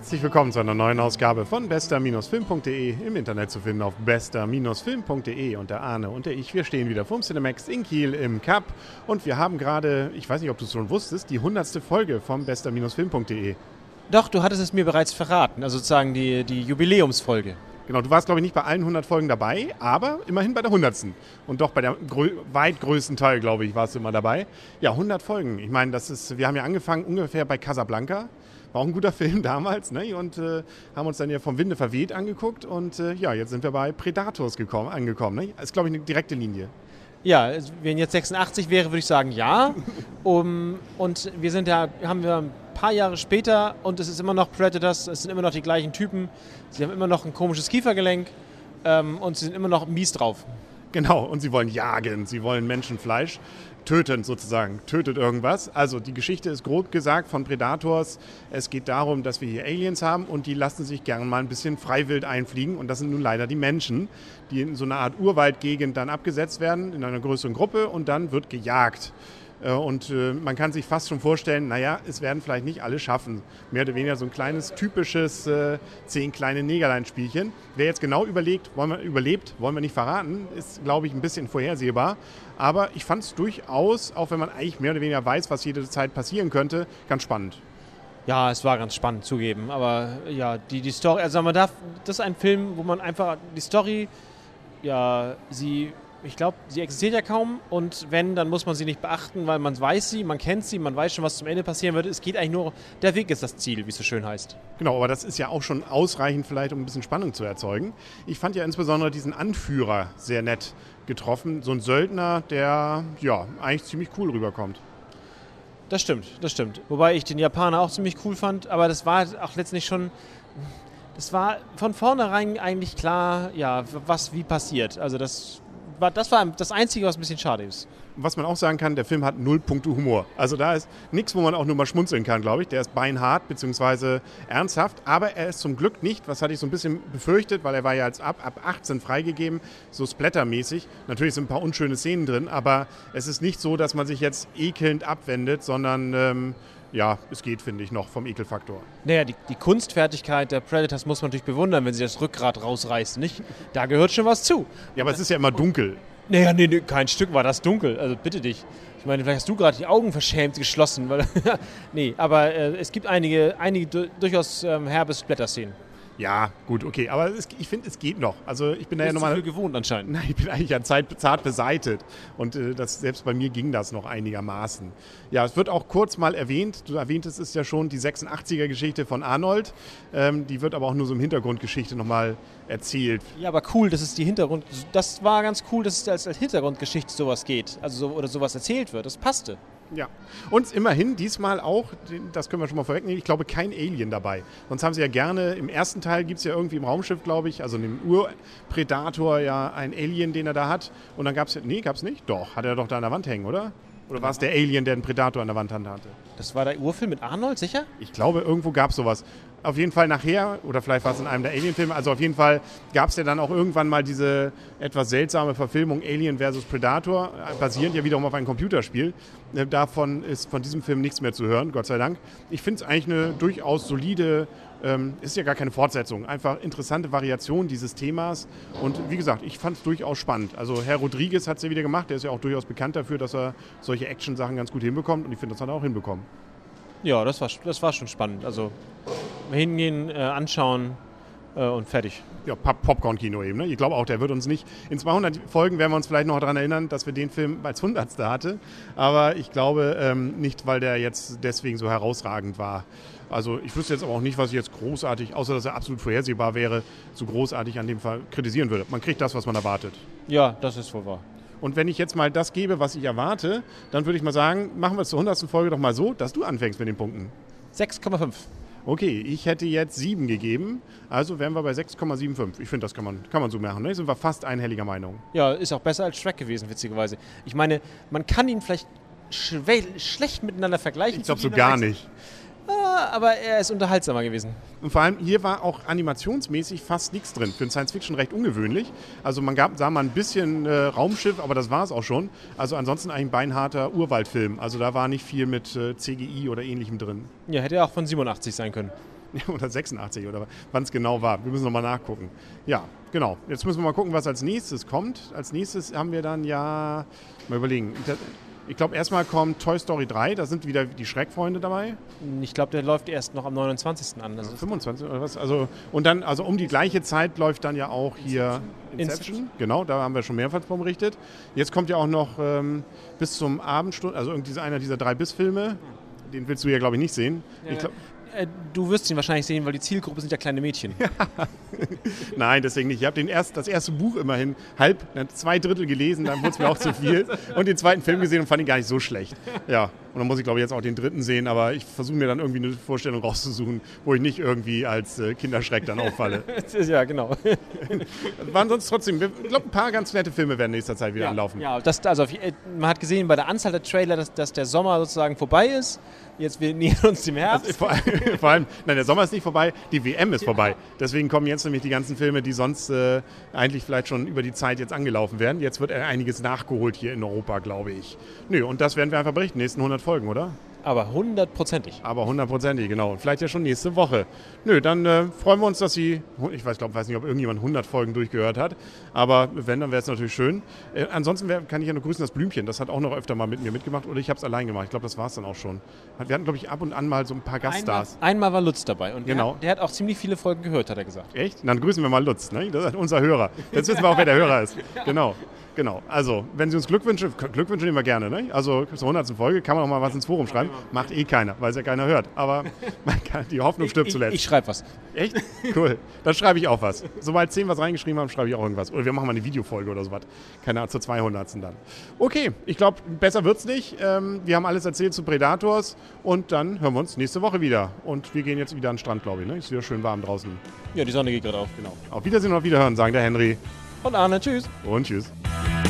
Herzlich willkommen zu einer neuen Ausgabe von bester-film.de, im Internet zu finden auf bester-film.de. Und der Arne und der ich, wir stehen wieder vom Cinemax in Kiel im Cup und wir haben gerade, ich weiß nicht, ob du es schon wusstest, die 100. Folge vom bester-film.de. Doch, du hattest es mir bereits verraten, also sozusagen die Jubiläumsfolge. Genau, du warst, glaube ich, nicht bei allen 100 Folgen dabei, aber immerhin bei der 100. Und doch bei der weit größten Teil, glaube ich, warst du immer dabei. Ja, 100 Folgen. Ich meine, wir haben ja angefangen ungefähr bei Casablanca. War auch ein guter Film damals, ne? Und haben uns dann ja vom Winde verweht angeguckt. Und jetzt sind wir bei Predators angekommen. Ne? Das ist, glaube ich, eine direkte Linie. Ja, wenn jetzt 86 wäre, würde ich sagen, ja. Und haben wir ein paar Jahre später und es ist immer noch Predators, es sind immer noch die gleichen Typen. Sie haben immer noch ein komisches Kiefergelenk und sie sind immer noch mies drauf. Genau, und sie wollen jagen, sie wollen Menschenfleisch töten sozusagen, tötet irgendwas. Also die Geschichte ist grob gesagt von Predators. Es geht darum, dass wir hier Aliens haben und die lassen sich gerne mal ein bisschen freiwillig einfliegen. Und das sind nun leider die Menschen, die in so einer Art Urwaldgegend dann abgesetzt werden, in einer größeren Gruppe und dann wird gejagt. Und man kann sich fast schon vorstellen, naja, es werden vielleicht nicht alle schaffen. Mehr oder weniger so ein kleines, typisches 10 kleine Negerlein-Spielchen. Wer jetzt genau überlebt, wollen wir nicht verraten, ist, glaube ich, ein bisschen vorhersehbar. Aber ich fand es durchaus, auch wenn man eigentlich mehr oder weniger weiß, was jede Zeit passieren könnte, ganz spannend. Ja, es war ganz spannend zugeben. Aber ja, die Story, also das ist ein Film, wo man einfach die Story, ja, ich glaube, sie existiert ja kaum und wenn, dann muss man sie nicht beachten, weil man weiß sie, man kennt sie, man weiß schon, was zum Ende passieren wird. Es geht eigentlich nur, der Weg ist das Ziel, wie es so schön heißt. Genau, aber das ist ja auch schon ausreichend vielleicht, um ein bisschen Spannung zu erzeugen. Ich fand ja insbesondere diesen Anführer sehr nett getroffen. So ein Söldner, der ja eigentlich ziemlich cool rüberkommt. Das stimmt. Wobei ich den Japaner auch ziemlich cool fand, aber das war auch letztendlich schon... Das war von vornherein eigentlich klar, ja, wie passiert. Also das war das Einzige, was ein bisschen schade ist. Was man auch sagen kann, der Film hat 0 Punkte Humor. Also da ist nichts, wo man auch nur mal schmunzeln kann, glaube ich. Der ist beinhart bzw. ernsthaft, aber er ist zum Glück nicht, was hatte ich so ein bisschen befürchtet, weil er war ja jetzt ab 18 freigegeben, so splattermäßig. Natürlich sind ein paar unschöne Szenen drin, aber es ist nicht so, dass man sich jetzt ekelnd abwendet, sondern... es geht, finde ich, noch vom Ekelfaktor. Naja, die Kunstfertigkeit der Predators muss man natürlich bewundern, wenn sie das Rückgrat rausreißen, nicht? Da gehört schon was zu. Ja, aber es ist ja immer dunkel. Naja, nee, kein Stück war das dunkel. Also bitte dich. Ich meine, vielleicht hast du gerade die Augen verschämt geschlossen. Nee, aber es gibt einige durchaus herbe Splatter-Szenen. Ja, gut, okay, aber ich finde, es geht noch. Also ich bin da ja nochmal gewohnt anscheinend. Nein, ich bin eigentlich ja zart beseitet und selbst bei mir ging das noch einigermaßen. Ja, es wird auch kurz mal erwähnt, du erwähntest es ja schon, die 86er-Geschichte von Arnold, die wird aber auch nur so im Hintergrundgeschichte nochmal erzählt. Ja, aber cool, das war ganz cool, dass es als Hintergrundgeschichte sowas geht, oder sowas erzählt wird, das passte. Ja, und immerhin diesmal auch, das können wir schon mal vorwegnehmen, ich glaube kein Alien dabei. Sonst haben sie ja gerne, im ersten Teil gibt es ja irgendwie im Raumschiff, glaube ich, also in dem Urpredator ja ein Alien, den er da hat. Und dann gab's nicht? Doch, hat er doch da an der Wand hängen, oder? Oder war es der Alien, der den Predator an der Wand hatte? Das war der Urfilm mit Arnold, sicher? Ich glaube, irgendwo gab es sowas. Auf jeden Fall nachher, oder vielleicht war es in einem der Alien-Filme, also auf jeden Fall gab es ja dann auch irgendwann mal diese etwas seltsame Verfilmung Alien vs. Predator, basierend ja wiederum auf einem Computerspiel. Davon ist von diesem Film nichts mehr zu hören, Gott sei Dank. Ich finde es eigentlich eine durchaus solide, ist ja gar keine Fortsetzung, einfach interessante Variation dieses Themas. Und wie gesagt, ich fand es durchaus spannend. Also Herr Rodriguez hat es ja wieder gemacht, der ist ja auch durchaus bekannt dafür, dass er solche Action-Sachen ganz gut hinbekommt. Und ich finde, das hat er auch hinbekommen. Ja, das war schon spannend. Also hingehen, anschauen und fertig. Ja, Popcorn-Kino eben. Ne? Ich glaube auch, der wird uns nicht... In 200 Folgen werden wir uns vielleicht noch daran erinnern, dass wir den Film als 100. hatte. Aber ich glaube nicht, weil der jetzt deswegen so herausragend war. Also ich wüsste jetzt aber auch nicht, was ich jetzt großartig, außer dass er absolut vorhersehbar wäre, so großartig an dem Fall kritisieren würde. Man kriegt das, was man erwartet. Ja, das ist wohl wahr. Und wenn ich jetzt mal das gebe, was ich erwarte, dann würde ich mal sagen, machen wir es zur 100. Folge doch mal so, dass du anfängst mit den Punkten. 6,5. Okay, ich hätte jetzt 7 gegeben, also wären wir bei 6,75. Ich finde, das kann man so machen. Ne? Sind wir fast einhelliger Meinung. Ja, ist auch besser als Shrek gewesen, witzigerweise. Ich meine, man kann ihn vielleicht schlecht miteinander vergleichen. Ich glaube so gar nicht. Aber er ist unterhaltsamer gewesen. Und vor allem, hier war auch animationsmäßig fast nichts drin. Für einen Science-Fiction recht ungewöhnlich. Also sah mal ein bisschen Raumschiff, aber das war es auch schon. Also ansonsten eigentlich ein beinharter Urwaldfilm. Also da war nicht viel mit CGI oder Ähnlichem drin. Ja, hätte ja auch von 87 sein können. oder 86 oder wann es genau war. Wir müssen nochmal nachgucken. Ja, genau. Jetzt müssen wir mal gucken, was als nächstes kommt. Als nächstes haben wir dann ja, mal überlegen, ich glaube erstmal kommt Toy Story 3, da sind wieder die Schreckfreunde dabei. Ich glaube, der läuft erst noch am 29. an. Das ist 25 oder was? Also, und dann, also um die gleiche Zeit läuft dann ja auch hier Inception. Genau, da haben wir schon mehrfach von berichtet. Jetzt kommt ja auch noch bis zum Abendstund, also irgendwie einer dieser 3-Bis-Filme. Den willst du ja, glaube ich, nicht sehen. Ja, ich glaub, du wirst ihn wahrscheinlich sehen, weil die Zielgruppe sind ja kleine Mädchen. Nein, deswegen nicht. Ich habe das erste Buch immerhin 2 Drittel gelesen, dann wurde es mir auch zu viel. Und den zweiten Film gesehen und fand ihn gar nicht so schlecht. Ja, und dann muss ich, glaube ich, jetzt auch den dritten sehen, aber ich versuche mir dann irgendwie eine Vorstellung rauszusuchen, wo ich nicht irgendwie als Kinderschreck dann auffalle. Ja, genau. Waren sonst trotzdem, ich glaube, ein paar ganz nette Filme werden in nächster Zeit wieder anlaufen. Ja, man hat gesehen bei der Anzahl der Trailer, dass der Sommer sozusagen vorbei ist. Jetzt wir nähern uns dem Herbst. Also, vor allem, nein, der Sommer ist nicht vorbei, die WM ist vorbei. Deswegen kommen jetzt nämlich die ganzen Filme, die sonst eigentlich vielleicht schon über die Zeit jetzt angelaufen werden. Jetzt wird einiges nachgeholt hier in Europa, glaube ich. Nö, und das werden wir einfach berichten, nächsten 100 Folgen, oder? Aber 100%ig. Aber 100%ig, genau. Und vielleicht ja schon nächste Woche. Nö, dann freuen wir uns, dass Sie, ich weiß nicht, ob irgendjemand 100 Folgen durchgehört hat, aber wenn, dann wäre es natürlich schön. Ansonsten kann ich ja nur grüßen, das Blümchen, das hat auch noch öfter mal mit mir mitgemacht oder ich habe es allein gemacht. Ich glaube, das war es dann auch schon. Wir hatten, glaube ich, ab und an mal so ein paar Gaststars. Einmal war Lutz dabei und genau. Der hat auch ziemlich viele Folgen gehört, hat er gesagt. Echt? Dann grüßen wir mal Lutz, ne? Das ist unser Hörer. Jetzt wissen wir auch, wer der Hörer ist. Genau, also wenn Sie uns Glückwünsche nehmen wir gerne. Ne? Also zur 100. Folge kann man auch mal was ins Forum schreiben. Macht eh keiner, weil es ja keiner hört. Aber die Hoffnung stirbt zuletzt. Ich schreibe was. Echt? Cool. Dann schreibe ich auch was. Sobald 10 was reingeschrieben haben, schreibe ich auch irgendwas. Oder wir machen mal eine Videofolge oder sowas. Keine Ahnung, zur 200. dann. Okay, ich glaube, besser wird's nicht. Wir haben alles erzählt zu Predators und dann hören wir uns nächste Woche wieder. Und wir gehen jetzt wieder an den Strand, glaube ich. Ne? Ist wieder schön warm draußen. Ja, die Sonne geht gerade auf. Genau. Auf Wiedersehen und auf Wiederhören, sagen der Henry. Und Arne, tschüss. Und tschüss.